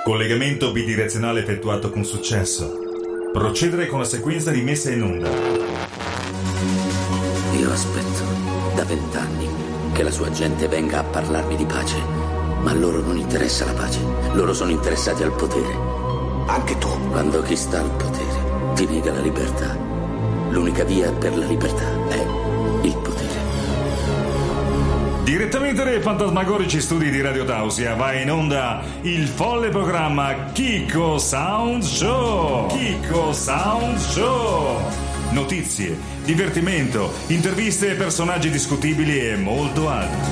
Collegamento bidirezionale effettuato con successo. Procedere con la sequenza di messa in onda. Io aspetto da 20 anni che la sua gente venga a parlarmi di pace, ma a loro non interessa la pace, loro sono interessati al potere. Anche tu. Quando chi sta al potere ti nega la libertà, l'unica via per la libertà è il potere. Direttamente dai fantasmagorici studi di Radio Tausia va in onda il folle programma Chicco Sound Show. Chicco Sound Show. Notizie, divertimento, interviste, personaggi discutibili e molto altro.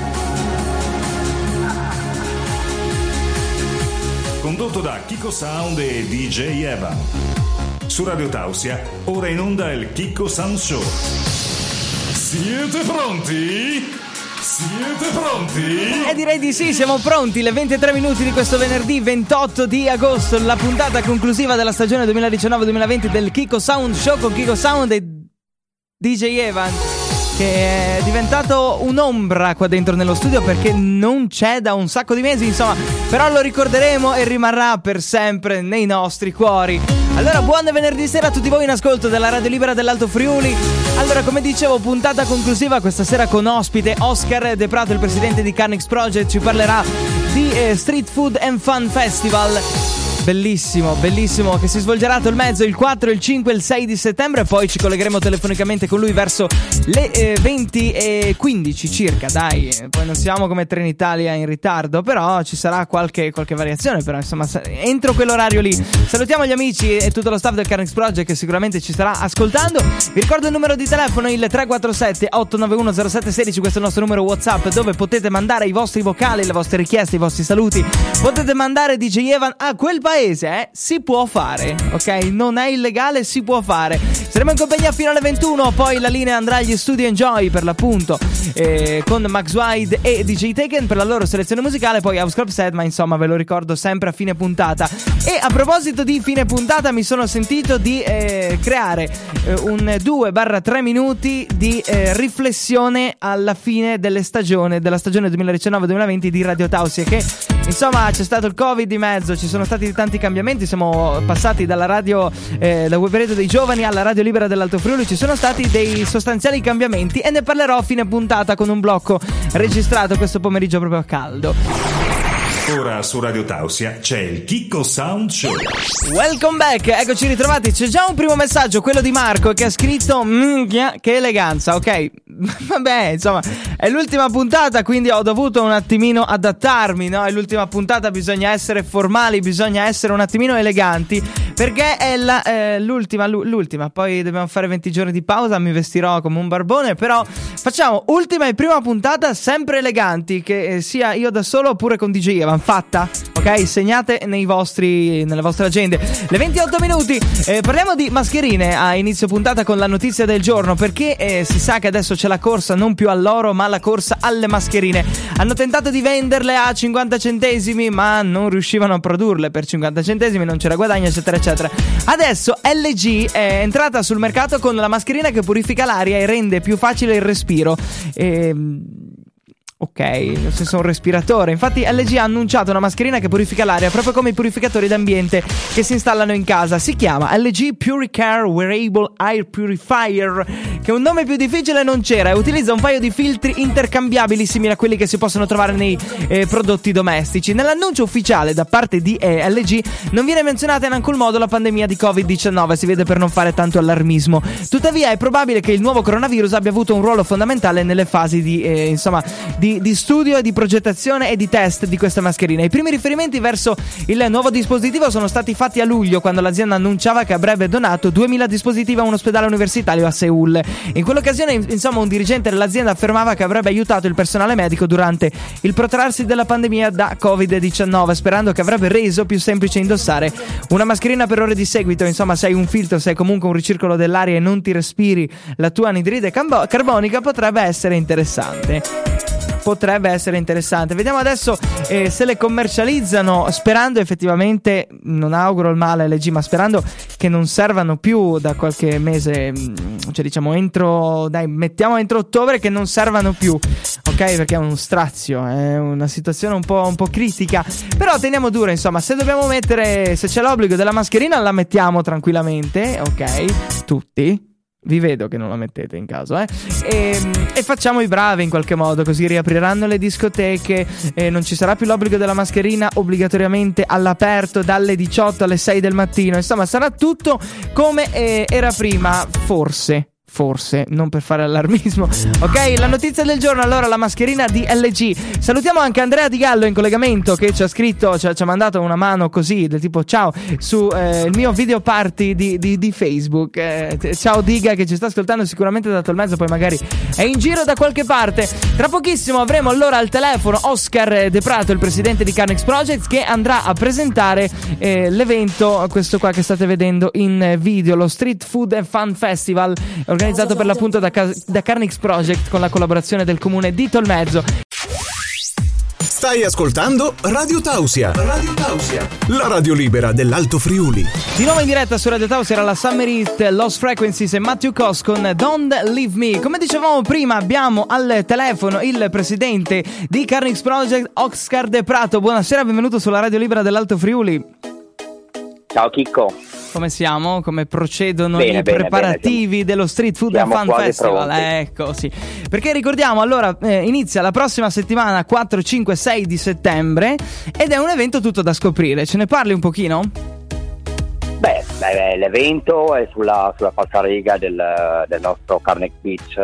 Condotto da Chicco Sound e DJ Evan. Su Radio Tausia, ora in onda il Chicco Sound Show. Siete pronti? Siete pronti? Direi di sì, siamo pronti. Le 23 minuti di questo venerdì 28 di agosto, la puntata conclusiva della stagione 2019-2020 del Chicco Sound Show con Chicco Sound e DJ Evan, che è diventato un'ombra qua dentro nello studio perché non c'è da un sacco di mesi, insomma, però lo ricorderemo e rimarrà per sempre nei nostri cuori. Allora, buon venerdì sera a tutti voi in ascolto della Radio Libera dell'Alto Friuli. Allora, come dicevo, puntata conclusiva questa sera con ospite Oscar De Prato, il presidente di Carnix Project. Ci parlerà di Street Food and Fun Festival. Bellissimo, bellissimo, che si svolgerà a Tolmezzo il 4, il 5 e il 6 di settembre. Poi ci collegheremo telefonicamente con lui verso le 20:15 circa, dai. Poi non siamo come Trenitalia in ritardo, però ci sarà qualche variazione, però insomma entro quell'orario lì. Salutiamo gli amici e tutto lo staff del Carnix Project che sicuramente ci starà ascoltando. Vi ricordo il numero di telefono, il 347 891 0716. Questo è il nostro numero WhatsApp, dove potete mandare i vostri vocali, le vostre richieste, i vostri saluti. Potete mandare DJ Evan a quel paese, si può fare, ok? Non è illegale, si può fare. Saremo in compagnia fino alle 21. Poi la linea andrà agli studi Enjoy per l'appunto, con Max Wide e DJ Taken per la loro selezione musicale. Poi House Club Set, ma insomma ve lo ricordo sempre a fine puntata. E a proposito di fine puntata, mi sono sentito di creare un 2-3 minuti di riflessione alla fine della stagione 2019-2020 di Radio Tausia, che insomma c'è stato il Covid di mezzo, ci sono stati tanti cambiamenti, siamo passati dalla radio da Web Radio dei Giovani alla Radio Libera dell'Alto Friuli. Ci sono stati dei sostanziali cambiamenti e ne parlerò a fine puntata con un blocco registrato questo pomeriggio proprio a caldo. Ora su Radio Tausia c'è il Chicco Sound Show. Welcome back, eccoci ritrovati. C'è già un primo messaggio, quello di Marco, che ha scritto che eleganza, ok? Vabbè, insomma, è l'ultima puntata, quindi ho dovuto un attimino adattarmi, no? È l'ultima puntata, bisogna essere formali, bisogna essere un attimino eleganti, perché è l'ultima. Poi dobbiamo fare 20 giorni di pausa, mi vestirò come un barbone, però facciamo ultima e prima puntata sempre eleganti, che sia io da solo oppure con DJ Evan. Fatta? Ok? Segnate nelle vostre agende. Le 28 minuti. Parliamo di mascherine a inizio puntata con la notizia del giorno, perché si sa che adesso c'è la corsa non più all'oro ma la corsa alle mascherine. Hanno tentato di venderle a 50 centesimi ma non riuscivano a produrle per 50 centesimi, non c'era guadagno, eccetera eccetera. Adesso LG è entrata sul mercato con la mascherina che purifica l'aria e rende più facile il respiro. Ok, nel senso un respiratore. Infatti LG ha annunciato una mascherina che purifica l'aria proprio come i purificatori d'ambiente che si installano in casa. Si chiama LG PuriCare Wearable Air Purifier, che un nome più difficile non c'era, e utilizza un paio di filtri intercambiabili simili a quelli che si possono trovare nei prodotti domestici. Nell'annuncio ufficiale da parte di LG non viene menzionata in alcun modo la pandemia di Covid-19, si vede per non fare tanto allarmismo. Tuttavia è probabile che il nuovo coronavirus abbia avuto un ruolo fondamentale nelle fasi di studio e di progettazione e di test di questa mascherina. I primi riferimenti verso il nuovo dispositivo sono stati fatti a luglio, quando l'azienda annunciava che avrebbe donato 2000 dispositivi a un ospedale universitario a Seul. In quell'occasione, insomma, un dirigente dell'azienda affermava che avrebbe aiutato il personale medico durante il protrarsi della pandemia da Covid-19, sperando che avrebbe reso più semplice indossare una mascherina per ore di seguito. Insomma, se hai un filtro, se hai comunque un ricircolo dell'aria e non ti respiri la tua anidride carbonica, potrebbe essere interessante. potrebbe essere interessante. Vediamo adesso se le commercializzano, sperando effettivamente, non auguro il male LG, ma sperando che non servano più da qualche mese, cioè diciamo mettiamo entro ottobre, che non servano più, ok? Perché è uno strazio, è una situazione un po' critica, però teniamo duro, insomma. Se dobbiamo mettere, se c'è l'obbligo della mascherina, la mettiamo tranquillamente, ok? Tutti. Vi vedo che non la mettete in caso, e facciamo i bravi in qualche modo, così riapriranno le discoteche, non ci sarà più l'obbligo della mascherina obbligatoriamente all'aperto dalle 18 alle 6 del mattino. Insomma, sarà tutto come era prima, forse, non per fare allarmismo. Ok, la notizia del giorno, allora, la mascherina di LG. Salutiamo anche Andrea Di Gallo in collegamento, che ci ha scritto, ci ha mandato una mano così, del tipo ciao, su il mio video party di Facebook. Ciao Diga, che ci sta ascoltando sicuramente da Tolmezzo, poi magari è in giro da qualche parte. Tra pochissimo avremo allora al telefono Oscar De Prato, il presidente di Carnix Project, che andrà a presentare l'evento, questo qua che state vedendo in video, lo Street Food and Fun Festival, organizzato per l'appunto da Carnix Project con la collaborazione del comune di Tolmezzo. Stai ascoltando Radio Tausia, la radio libera dell'Alto Friuli. Di nuovo in diretta su Radio Tausia era la Summer Hit, Lost Frequencies e Matthew Cos con Don't Leave Me. Come dicevamo prima, abbiamo al telefono il presidente di Carnix Project, Oscar De Prato. Buonasera, benvenuto sulla radio libera dell'Alto Friuli. Ciao Chicco. Come siamo? Come procedono bene, i preparativi bene. dello Street Food and Fun Festival? Pronti. Ecco, sì. Perché ricordiamo, allora, inizia la prossima settimana, 4, 5, 6 di settembre, ed è un evento tutto da scoprire. Ce ne parli un pochino? Beh, l'evento è sulla falsariga del nostro Carnix Beach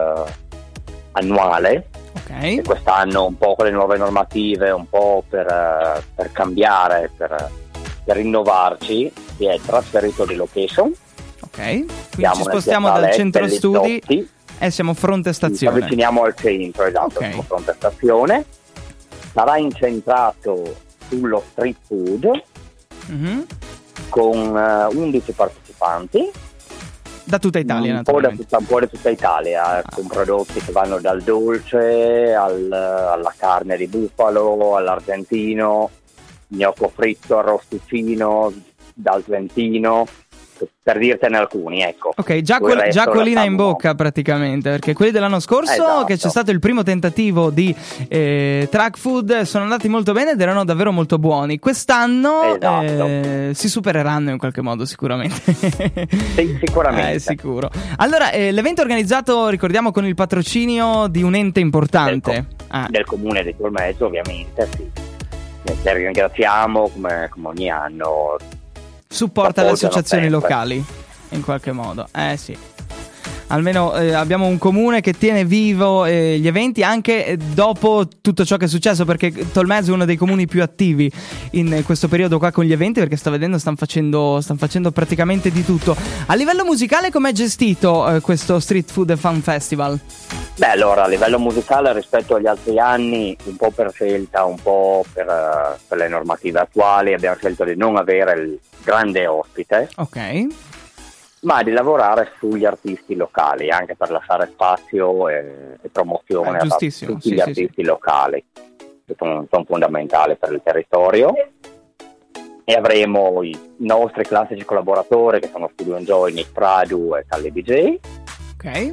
annuale. Ok. E quest'anno un po' con le nuove normative, un po' per cambiare, per rinnovarci, si è trasferito di location. Ok, quindi ci spostiamo dal centro studi e siamo fronte stazione. Ci avviciniamo al centro, esatto, okay. Siamo fronte stazione. Sarà incentrato sullo street food, con 11 partecipanti. Da tutta Italia, un po' da tutta Italia, con prodotti che vanno dal dolce alla carne di bufalo, all'argentino, gnocco fritto, arrosticino, dal Trentino, per dirtene alcuni, ecco. Ok, già colina in bocca praticamente, perché quelli dell'anno scorso, esatto, che c'è stato il primo tentativo di track food, sono andati molto bene ed erano davvero molto buoni. Quest'anno esatto, si supereranno in qualche modo sicuramente. Sì, sicuramente. Sicuro. Allora, l'evento è organizzato, ricordiamo, con il patrocinio di un ente importante. Del comune di Tolmezzo, ovviamente, sì. Ci ringraziamo come ogni anno. Supporta le associazioni locali in qualche modo. Sì. Almeno abbiamo un comune che tiene vivo gli eventi anche dopo tutto ciò che è successo, perché Tolmezzo è uno dei comuni più attivi in questo periodo qua con gli eventi, perché sto vedendo stanno facendo praticamente di tutto. A livello musicale com'è gestito questo Street Food and Fun Festival? Beh, allora, a livello musicale rispetto agli altri anni, un po' per scelta, un po' per le normative attuali, abbiamo scelto di non avere il grande ospite, ok, ma di lavorare sugli artisti locali, anche per lasciare spazio e promozione a tutti gli artisti locali, che sono fondamentali per il territorio. E avremo i nostri classici collaboratori, che sono Studio Enjoy, Nick Pradu e Sally DJ. Ok.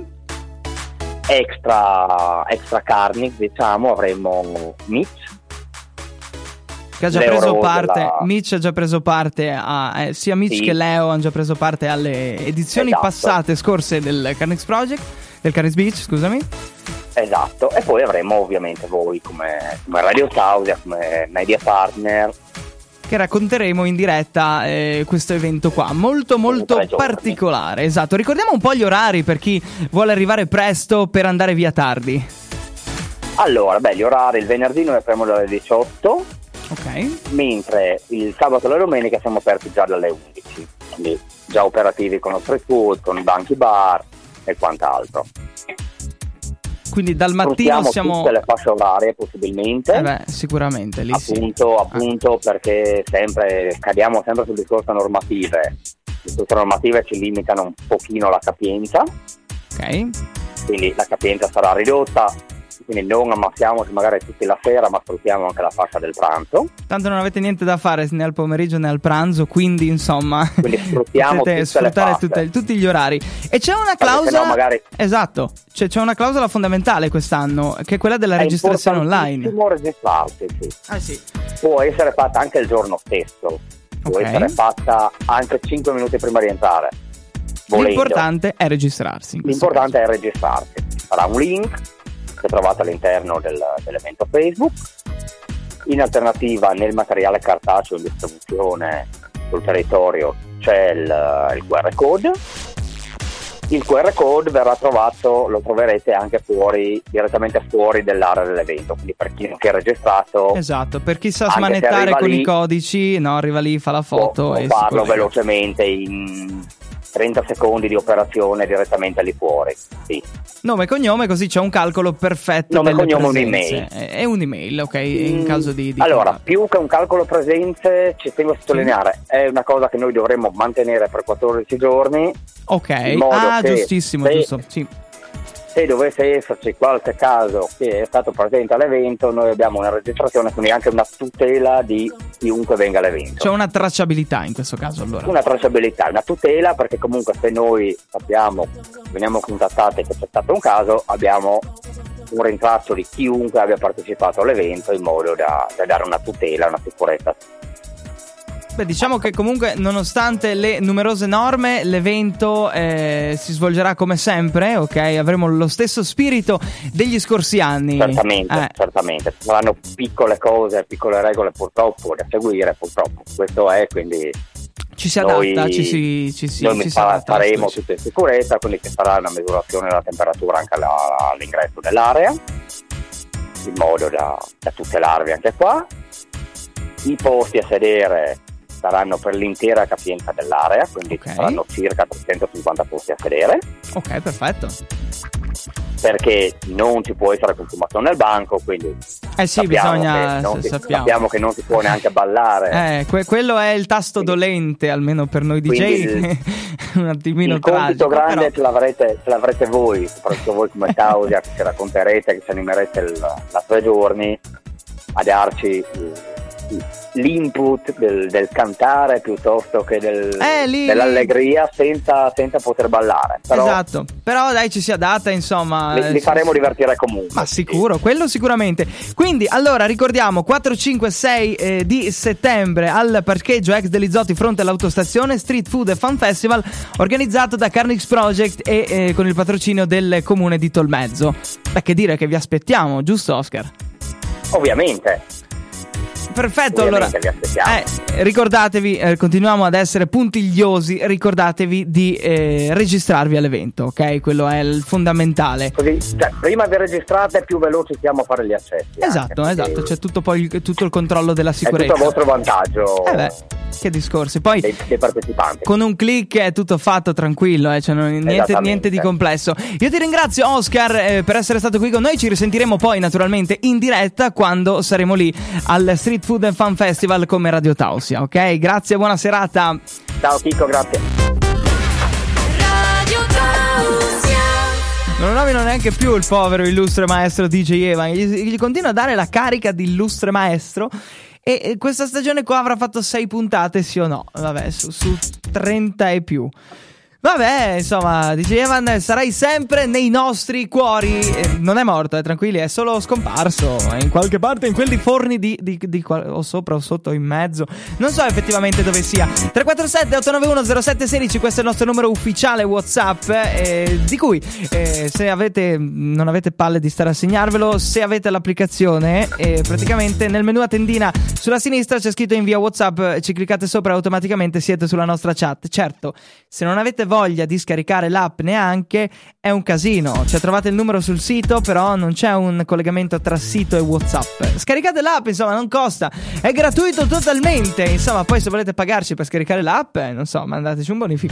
Extra Carnix, diciamo, avremo Mitch, che ha già preso parte. Mitch ha già preso parte sia Mitch che Leo hanno già preso parte alle edizioni passate, scorse del Carnix Project, del Carnix Beach, scusami. Esatto, e poi avremo ovviamente voi come Radio Tausia, come media partner, che racconteremo in diretta questo evento qua, molto particolare. Esatto, ricordiamo un po' gli orari per chi vuole arrivare presto per andare via tardi. Allora, gli orari: il venerdì noi apriamo dalle 18, ok, mentre il sabato e la domenica siamo aperti già dalle 11, quindi già operativi con lo street food, con i banchi bar e quant'altro. Quindi dal mattino siamo tutte le fasce orarie possibilmente. Sicuramente lì appunto perché cadiamo sempre sul discorso normative. Le discorso normative ci limitano un pochino la capienza. Ok. Quindi la capienza sarà ridotta, quindi non ammassiamoci magari tutti la sera, ma sfruttiamo anche la fascia del pranzo. Tanto non avete niente da fare né al pomeriggio né al pranzo, quindi insomma quindi sfruttiamo sfruttare tutti gli orari. E c'è una clausola, magari... esatto, c'è una clausola fondamentale quest'anno, che è quella della registrazione online. Registrarsi, sì. Sì. Può essere fatta anche il giorno stesso, può essere fatta anche 5 minuti prima di entrare. Volendo. L'importante è registrarsi. L'importante è registrarsi. Sarà un link che trovate all'interno dell'evento Facebook. In alternativa, nel materiale cartaceo in distribuzione sul territorio c'è il QR code. Il QR code verrà trovato, lo troverete anche direttamente fuori dell'area dell'evento, quindi per chi non si è registrato. Esatto, per chi sa smanettare con i codici, arriva lì, fa la foto e farlo velocemente in 30 secondi di operazione direttamente lì fuori. Sì. Nome e cognome, così c'è un calcolo perfetto. Nome e cognome, un'email. È un'email, ok, in caso di allora, più che un calcolo presenze, ci tengo a sottolineare, è una cosa che noi dovremmo mantenere per 14 giorni. Ok, giustissimo, giusto, sì. Se dovesse esserci qualche caso che è stato presente all'evento, noi abbiamo una registrazione, quindi anche una tutela di chiunque venga all'evento. C'è una tracciabilità in questo caso, allora? Una tracciabilità, una tutela, perché comunque se noi veniamo contattati che c'è stato un caso, abbiamo un rintraccio di chiunque abbia partecipato all'evento in modo da dare una tutela, una sicurezza. Beh, diciamo che comunque, nonostante le numerose norme, l'evento si svolgerà come sempre, ok? Avremo lo stesso spirito degli scorsi anni. Certamente. Saranno piccole cose, piccole regole purtroppo da seguire, purtroppo. Questo è, quindi... Ci si adatta, noi faremo tutto in sicurezza, quindi ci sarà una misurazione della temperatura anche all'ingresso dell'area, in modo da tutelarvi anche qua. I posti a sedere saranno per l'intera capienza dell'area, quindi ci saranno circa 350 posti a sedere. Ok, perfetto. Perché non ci può essere consumazione nel banco, quindi sappiamo che non si può neanche ballare. Quello è il tasto dolente, almeno per noi DJ. Un attimino tragico. Il compito grande ce l'avrete voi, soprattutto voi come Tausia, che ci racconterete, che ci animerete la 3 giorni a darci l'input del cantare piuttosto che dell'allegria senza poter ballare. Esatto, però dai, ci si adatta, insomma. Li faremo divertire comunque. Ma sicuro, quello sicuramente. Quindi, allora, ricordiamo 4, 5, 6 di settembre al parcheggio ex Delizotti fronte all'autostazione, Street Food e Fun Festival organizzato da Carnix Project e con il patrocinio del comune di Tolmezzo. Da che dire che vi aspettiamo, giusto Oscar? Ovviamente. Perfetto, allora ricordatevi, continuiamo ad essere puntigliosi, ricordatevi di registrarvi all'evento, ok? Quello è il fondamentale. Così, prima vi registrate, più veloci siamo a fare gli accessi. Esatto, c'è tutto il controllo della sicurezza. È tutto a vostro vantaggio. Che discorsi. Poi dei partecipanti. Con un click è tutto fatto, tranquillo, cioè niente di complesso. Io ti ringrazio, Oscar, per essere stato qui con noi. Ci risentiremo poi naturalmente in diretta quando saremo lì al Street Food and Fun Festival come Radio Tausia, ok? Grazie, buona serata. Ciao Chico, grazie. Radio Tausia. Non lo nomino neanche più il povero illustre maestro DJ Evan. Gli continua a dare la carica di illustre maestro. E questa stagione qua avrà fatto 6 puntate, sì o no? Vabbè, su 30 e più. Vabbè, insomma, DJ Evan, sarai sempre nei nostri cuori. Non è morto, tranquilli, è solo scomparso. È in qualche parte in quelli forni o sopra o sotto, in mezzo. Non so effettivamente dove sia. 347-891-0716, questo è il nostro numero ufficiale WhatsApp, di cui se non avete palle di stare a segnarvelo, se avete l'applicazione, praticamente nel menu a tendina sulla sinistra c'è scritto invia WhatsApp, ci cliccate sopra e automaticamente siete sulla nostra chat. Certo, se non avete voglia di scaricare l'app neanche, è un casino. Cioè, trovate il numero sul sito, però non c'è un collegamento tra sito e WhatsApp. Scaricate l'app, insomma, non costa, è gratuito totalmente. Insomma, poi se volete pagarci per scaricare l'app, non so, mandateci un bonifico.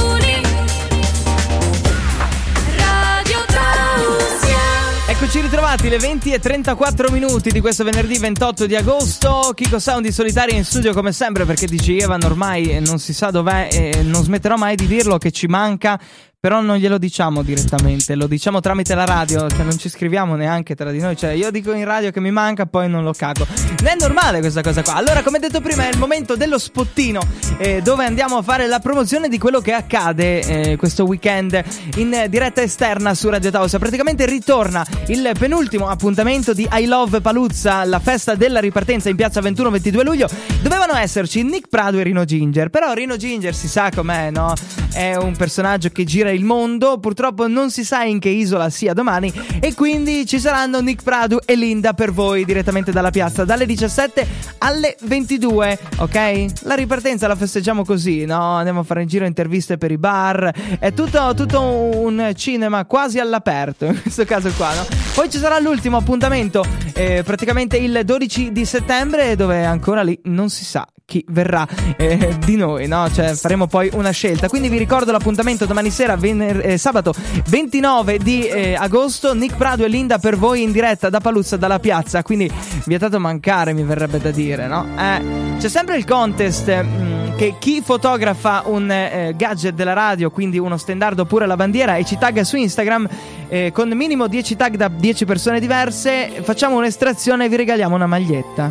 Eccoci ritrovati passati le 20:34 di questo venerdì 28 di agosto. Kiko Sound di Solitaria in studio come sempre, perché DJ Evan ormai non si sa dov'è e non smetterò mai di dirlo che ci manca. Però non glielo diciamo direttamente, lo diciamo tramite la radio, che non ci scriviamo neanche tra di noi. Cioè io dico in radio che mi manca, poi non lo cago. Non è normale questa cosa qua. Allora, come detto prima, è il momento dello spottino, dove andiamo a fare la promozione di quello che accade questo weekend in diretta esterna su Radio Tausia. Praticamente ritorna il penultimo appuntamento di I Love Paluzza, la festa della ripartenza in piazza 21-22 luglio. Dovevano esserci Nick Prado e Rino Ginger, però Rino Ginger si sa com'è, no? È un personaggio che gira il mondo, purtroppo non si sa in che isola sia domani, e quindi ci saranno Nick Prado e Linda per voi direttamente dalla piazza dalle 17 alle 22, ok? La ripartenza la festeggiamo così, no? Andiamo a fare in giro interviste per i bar, è tutto un cinema quasi all'aperto in questo caso qua, no? Poi ci sarà l'ultimo appuntamento, praticamente il 12 di settembre, dove ancora lì non si sa chi verrà di noi, no? Cioè faremo poi una scelta. Quindi vi ricordo l'appuntamento domani sera, sabato 29 di agosto, Nick Prado e Linda per voi in diretta da Paluzza, dalla piazza. Quindi vietato mancare, mi verrebbe da dire, no? C'è sempre il contest che chi fotografa un gadget della radio, quindi uno stendardo oppure la bandiera, e ci tagga su Instagram con minimo 10 tag da 10 persone diverse, facciamo un'estrazione e vi regaliamo una maglietta.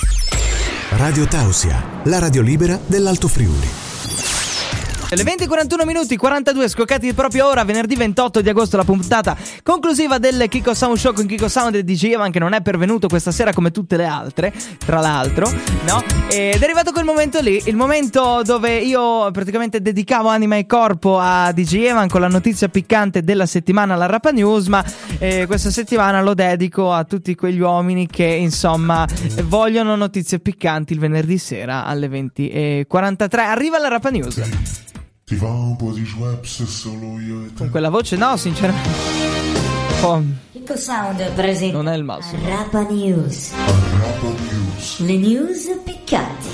Radio Tausia, la radio libera dell'Alto Friuli. Le 20:41, 42 scoccati proprio ora, venerdì 28 di agosto, la puntata conclusiva del Kiko Sound Show con Kiko Sound e DJ Evan, che non è pervenuto questa sera come tutte le altre, tra l'altro, no? Ed è arrivato quel momento lì, il momento dove io praticamente dedicavo anima e corpo a DJ Evan con la notizia piccante della settimana, la Rapa News, ma questa settimana lo dedico a tutti quegli uomini che insomma vogliono notizie piccanti il venerdì sera alle 20:43. Arriva la Rapa News. Ti va un po' di Schweppes solo io e te? Con quella voce no, sinceramente. Kiko Sound presenta non è il massimo. Rapa News. Rapa News. Le news piccanti.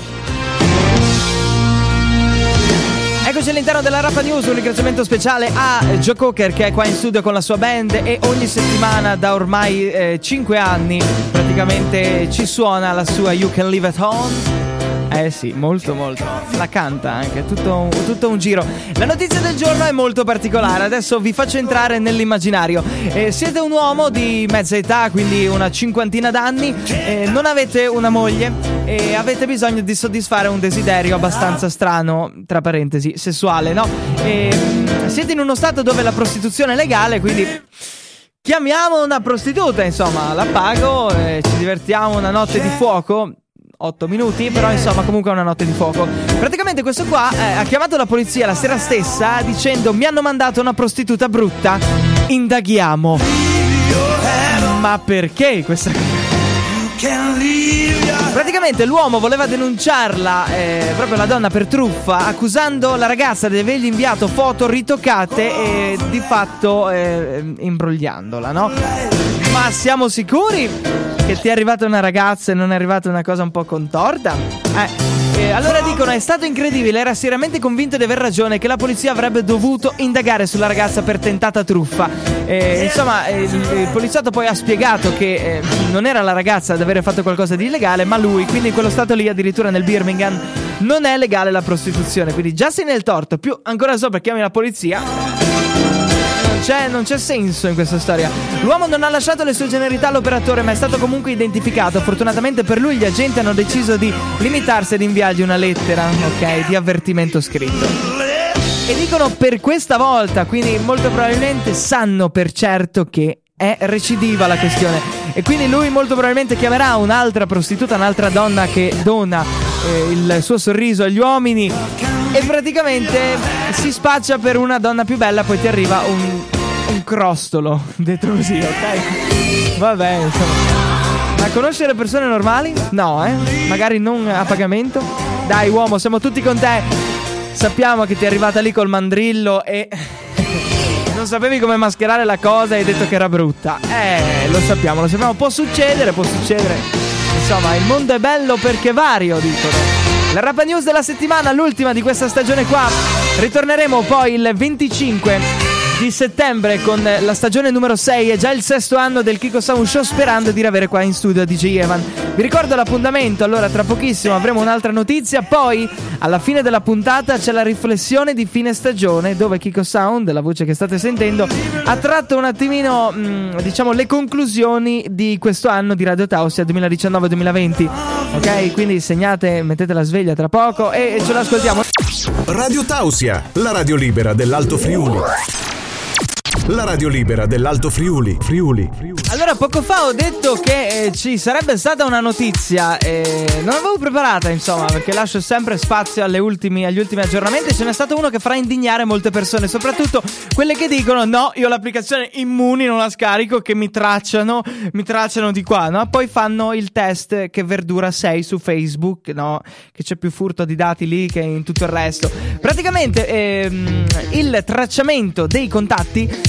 Eccoci all'interno della Rapa News, un ringraziamento speciale a Joe Cocker, che è qua in studio con la sua band e ogni settimana da ormai 5 anni praticamente ci suona la sua You Can Leave At Home. Sì, molto. La canta anche, tutto un giro. La notizia del giorno è molto particolare. Adesso vi faccio entrare nell'immaginario. Siete un uomo di mezza età, quindi una cinquantina d'anni, non avete una moglie e avete bisogno di soddisfare un desiderio abbastanza strano, tra parentesi, sessuale, no? Siete in uno stato dove la prostituzione è legale, quindi chiamiamo una prostituta, insomma, la pago, ci divertiamo una notte di fuoco. 8 minuti, però insomma comunque è una notte di fuoco. Praticamente questo qua ha chiamato la polizia la sera stessa dicendo: mi hanno mandato una prostituta brutta, indaghiamo. Ma perché questa cosa? Praticamente l'uomo voleva denunciarla, proprio la donna, per truffa, accusando la ragazza di avergli inviato foto ritoccate e di fatto imbrogliandola, no? Ma siamo sicuri che ti è arrivata una ragazza e non è arrivata una cosa un po' contorta? Allora dicono: è stato incredibile, era seriamente convinto di aver ragione, che la polizia avrebbe dovuto indagare sulla ragazza per tentata truffa. Insomma, il poliziotto poi ha spiegato che non era la ragazza ad avere fatto qualcosa di illegale, ma lui, quindi in quello stato lì, addirittura nel Birmingham, non è legale la prostituzione, quindi già sei nel torto, più ancora sopra chiami la polizia. Non c'è senso in questa storia. L'uomo non ha lasciato le sue generalità all'operatore, ma è stato comunque identificato. Fortunatamente per lui gli agenti hanno deciso di limitarsi ad inviargli una lettera, ok, di avvertimento scritto. E dicono per questa volta, quindi molto probabilmente sanno per certo che è recidiva la questione. E quindi lui molto probabilmente chiamerà un'altra prostituta, un'altra donna che dona il suo sorriso agli uomini, e praticamente si spaccia per una donna più bella, poi ti arriva un crostolo, detto così, ok? Vabbè, insomma. Ma conoscere persone normali? No, magari non a pagamento. Dai uomo, siamo tutti con te. Sappiamo che ti è arrivata lì col mandrillo e non sapevi come mascherare la cosa e hai detto che era brutta. Lo sappiamo, può succedere. Insomma, il mondo è bello perché vario, dicono. La Rapa News della settimana, l'ultima di questa stagione qua. Ritorneremo poi il 25 di settembre con la stagione numero 6. È già il 6º anno del Kiko Sound Show, sperando di riavere qua in studio DJ Evan. Vi ricordo l'appuntamento, allora tra pochissimo avremo un'altra notizia, poi alla fine della puntata c'è la riflessione di fine stagione, dove Kiko Sound, la voce che state sentendo, ha tratto un attimino diciamo le conclusioni di questo anno di Radio Tausia 2019-2020. Ok, quindi segnate, mettete la sveglia tra poco e ce l'ascoltiamo. Radio Tausia, la radio libera dell'Alto Friuli. La radio libera dell'Alto Friuli. Allora, poco fa ho detto che ci sarebbe stata una notizia, non l'avevo preparata, insomma, perché lascio sempre spazio agli ultimi aggiornamenti. Ce n'è stato uno che farà indignare molte persone, soprattutto quelle che dicono: no, io l'applicazione Immuni non la scarico, che mi tracciano di qua, no? Poi fanno il test che verdura sei su Facebook, no? Che c'è più furto di dati lì che in tutto il resto. Praticamente il tracciamento dei contatti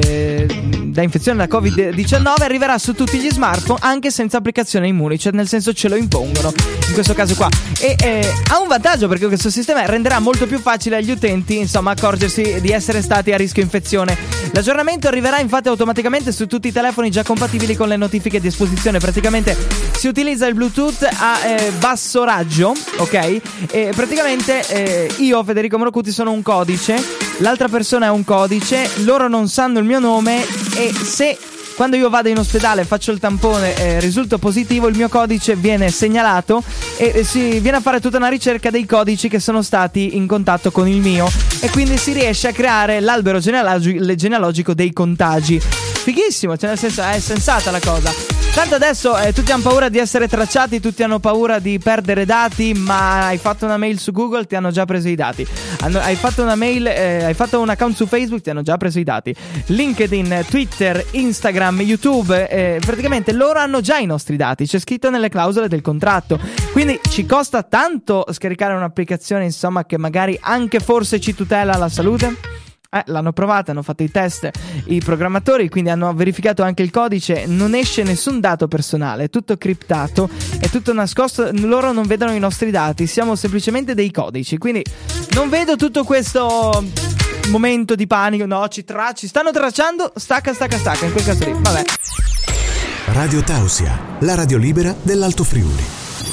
da infezione da Covid-19 arriverà su tutti gli smartphone anche senza applicazione Immuni, cioè nel senso ce lo impongono in questo caso qua, e ha un vantaggio, perché questo sistema renderà molto più facile agli utenti, insomma, accorgersi di essere stati a rischio infezione. L'aggiornamento arriverà infatti automaticamente su tutti i telefoni già compatibili con le notifiche di esposizione. Praticamente si utilizza il Bluetooth a basso raggio, ok? E praticamente io, Federico Morocuti, sono un codice, l'altra persona è un codice, loro non sanno il mio nome, e se quando io vado in ospedale, faccio il tampone, risulto positivo, il mio codice viene segnalato e si viene a fare tutta una ricerca dei codici che sono stati in contatto con il mio, e quindi si riesce a creare l'albero genealogico dei contagi. Fighissimo, cioè nel senso è sensata la cosa. Tanto adesso tutti hanno paura di essere tracciati, tutti hanno paura di perdere dati, ma hai fatto una mail su Google, ti hanno già preso i dati. Hai fatto una mail, hai fatto un account su Facebook, ti hanno già preso i dati. LinkedIn, Twitter, Instagram, YouTube, praticamente loro hanno già i nostri dati, c'è scritto nelle clausole del contratto. Quindi ci costa tanto scaricare un'applicazione, insomma, che magari anche forse ci tutela la salute? L'hanno provata, hanno fatto i test i programmatori, quindi hanno verificato anche il codice, non esce nessun dato personale, è tutto criptato, è tutto nascosto, loro non vedono i nostri dati, siamo semplicemente dei codici, quindi non vedo tutto questo momento di panico. No, ci stanno tracciando, stacca in quel caso lì, vabbè. Radio Tausia, la radio libera dell'Alto Friuli.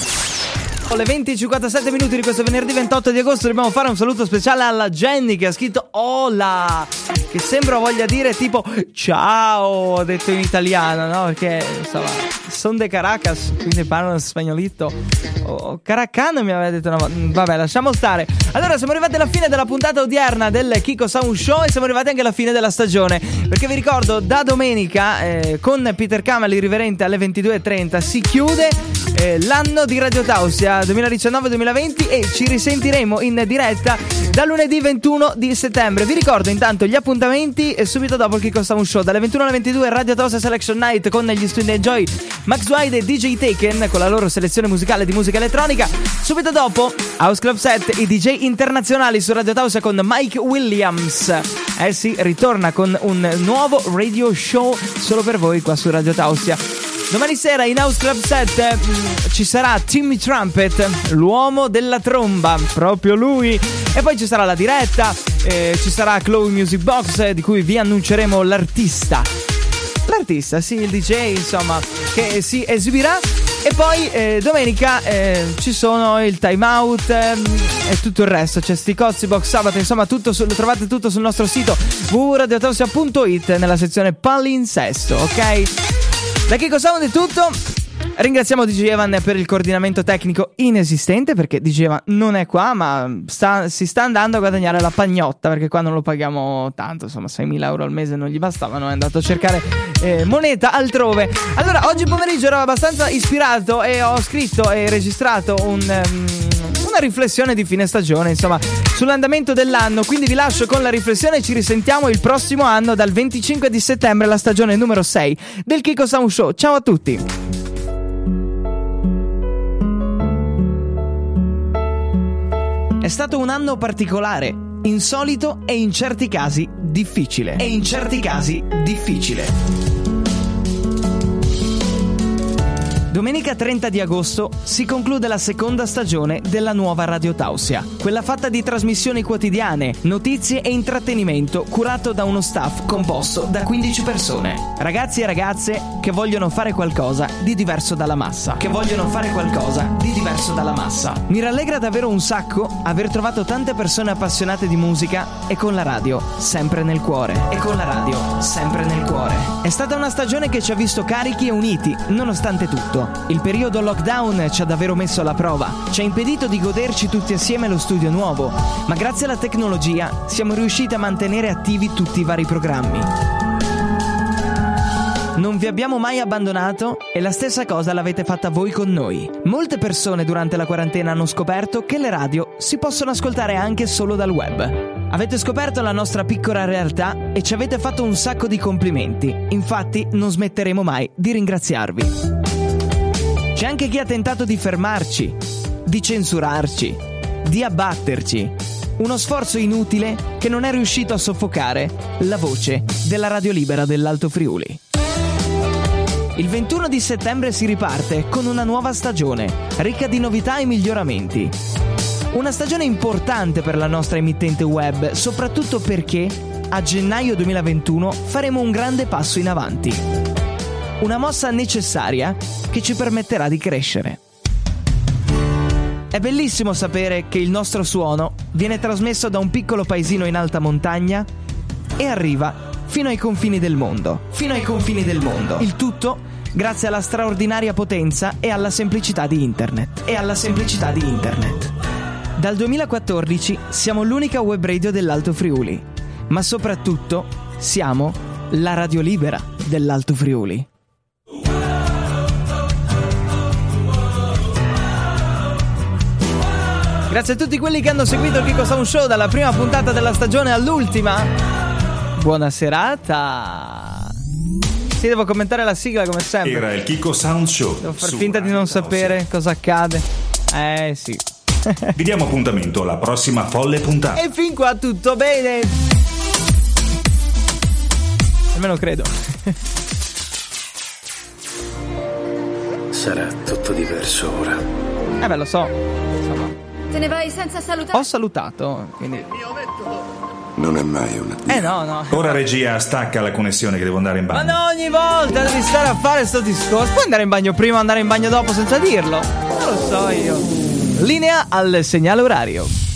Le 20:57 di questo venerdì 28 di agosto dobbiamo fare un saluto speciale alla Jenny, che ha scritto hola, che sembra voglia dire tipo ciao, detto in italiano, no? Perché insomma son de Caracas, quindi parlano spagnolito, o caracano mi aveva detto una volta. Vabbè, lasciamo stare. Allora, siamo arrivati alla fine della puntata odierna del Kiko Sound Show e siamo arrivati anche alla fine della stagione, perché vi ricordo, da domenica con Peter Camel irriverente alle 22:30 si chiude l'anno di Radio Tausia 2019-2020 e ci risentiremo in diretta da lunedì 21 di settembre. Vi ricordo intanto gli appuntamenti subito dopo il Kiko Sound Show dalle 21 alle 22 Radio Tausia Selection Night con gli Student Enjoy, Max Wide e DJ Taken con la loro selezione musicale di musica elettronica. Subito dopo House Club Set, i DJ internazionali su Radio Tausia con Mike Williams. Sì, ritorna con un nuovo radio show solo per voi qua su Radio Tausia. Domani sera in House Club 7 ci sarà Timmy Trumpet, l'uomo della tromba, proprio lui. E poi ci sarà la diretta, ci sarà Chloe Music Box, di cui vi annunceremo l'artista, sì, il DJ, insomma, che si esibirà. E poi domenica ci sono il Time Out e tutto il resto, c'è sti cozzi box sabato, insomma tutto lo trovate tutto sul nostro sito www.radiotausia.it nella sezione palinsesto, ok? Da Kiko Sound è tutto. Ringraziamo DJ Evan per il coordinamento tecnico inesistente, perché DJ Evan non è qua, ma si sta andando a guadagnare la pagnotta, perché qua non lo paghiamo tanto, insomma 6.000 euro al mese non gli bastavano, è andato a cercare moneta altrove. Allora, oggi pomeriggio ero abbastanza ispirato e ho scritto e registrato una riflessione di fine stagione, insomma, sull'andamento dell'anno, quindi vi lascio con la riflessione e ci risentiamo il prossimo anno dal 25 di settembre, la stagione numero 6 del Kiko Sound Show. Ciao a tutti. È stato un anno particolare, insolito e in certi casi difficile. Domenica 30 di agosto si conclude la seconda stagione della nuova Radio Tausia, quella fatta di trasmissioni quotidiane, notizie e intrattenimento curato da uno staff composto da 15 persone. Ragazzi e ragazze che vogliono fare qualcosa di diverso dalla massa. Mi rallegra davvero un sacco aver trovato tante persone appassionate di musica e con la radio sempre nel cuore. È stata una stagione che ci ha visto carichi e uniti, nonostante tutto. Il periodo lockdown ci ha davvero messo alla prova, ci ha impedito di goderci tutti assieme lo studio nuovo, ma grazie alla tecnologia siamo riusciti a mantenere attivi tutti i vari programmi. Non vi abbiamo mai abbandonato e la stessa cosa l'avete fatta voi con noi. Molte persone durante la quarantena hanno scoperto che le radio si possono ascoltare anche solo dal web. Avete scoperto la nostra piccola realtà e ci avete fatto un sacco di complimenti. Infatti non smetteremo mai di ringraziarvi. C'è anche chi ha tentato di fermarci, di censurarci, di abbatterci. Uno sforzo inutile che non è riuscito a soffocare la voce della Radio Libera dell'Alto Friuli. Il 21 di settembre si riparte con una nuova stagione, ricca di novità e miglioramenti. Una stagione importante per la nostra emittente web, soprattutto perché a gennaio 2021 faremo un grande passo in avanti. Una mossa necessaria che ci permetterà di crescere. È bellissimo sapere che il nostro suono viene trasmesso da un piccolo paesino in alta montagna e arriva fino ai confini del mondo. Il tutto grazie alla straordinaria potenza e alla semplicità di internet. Dal 2014 siamo l'unica web radio dell'Alto Friuli, ma soprattutto siamo la radio libera dell'Alto Friuli. Grazie a tutti quelli che hanno seguito il Kiko Sound Show dalla prima puntata della stagione all'ultima. Buona serata. Sì, devo commentare la sigla come sempre. Era il Kiko Sound Show. Devo far finta di non sapere cosa accade. Sì. Vi diamo appuntamento alla prossima folle puntata. E fin qua tutto bene. Almeno credo. Sarà tutto diverso ora. Beh, lo so. Insomma. Te ne vai senza salutare? Ho salutato, quindi. Non è mai una. No. Ora regia, stacca la connessione che devo andare in bagno. Ma no, ogni volta devi stare a fare sto discorso. Puoi andare in bagno prima o andare in bagno dopo senza dirlo? Non lo so io. Linea al segnale orario.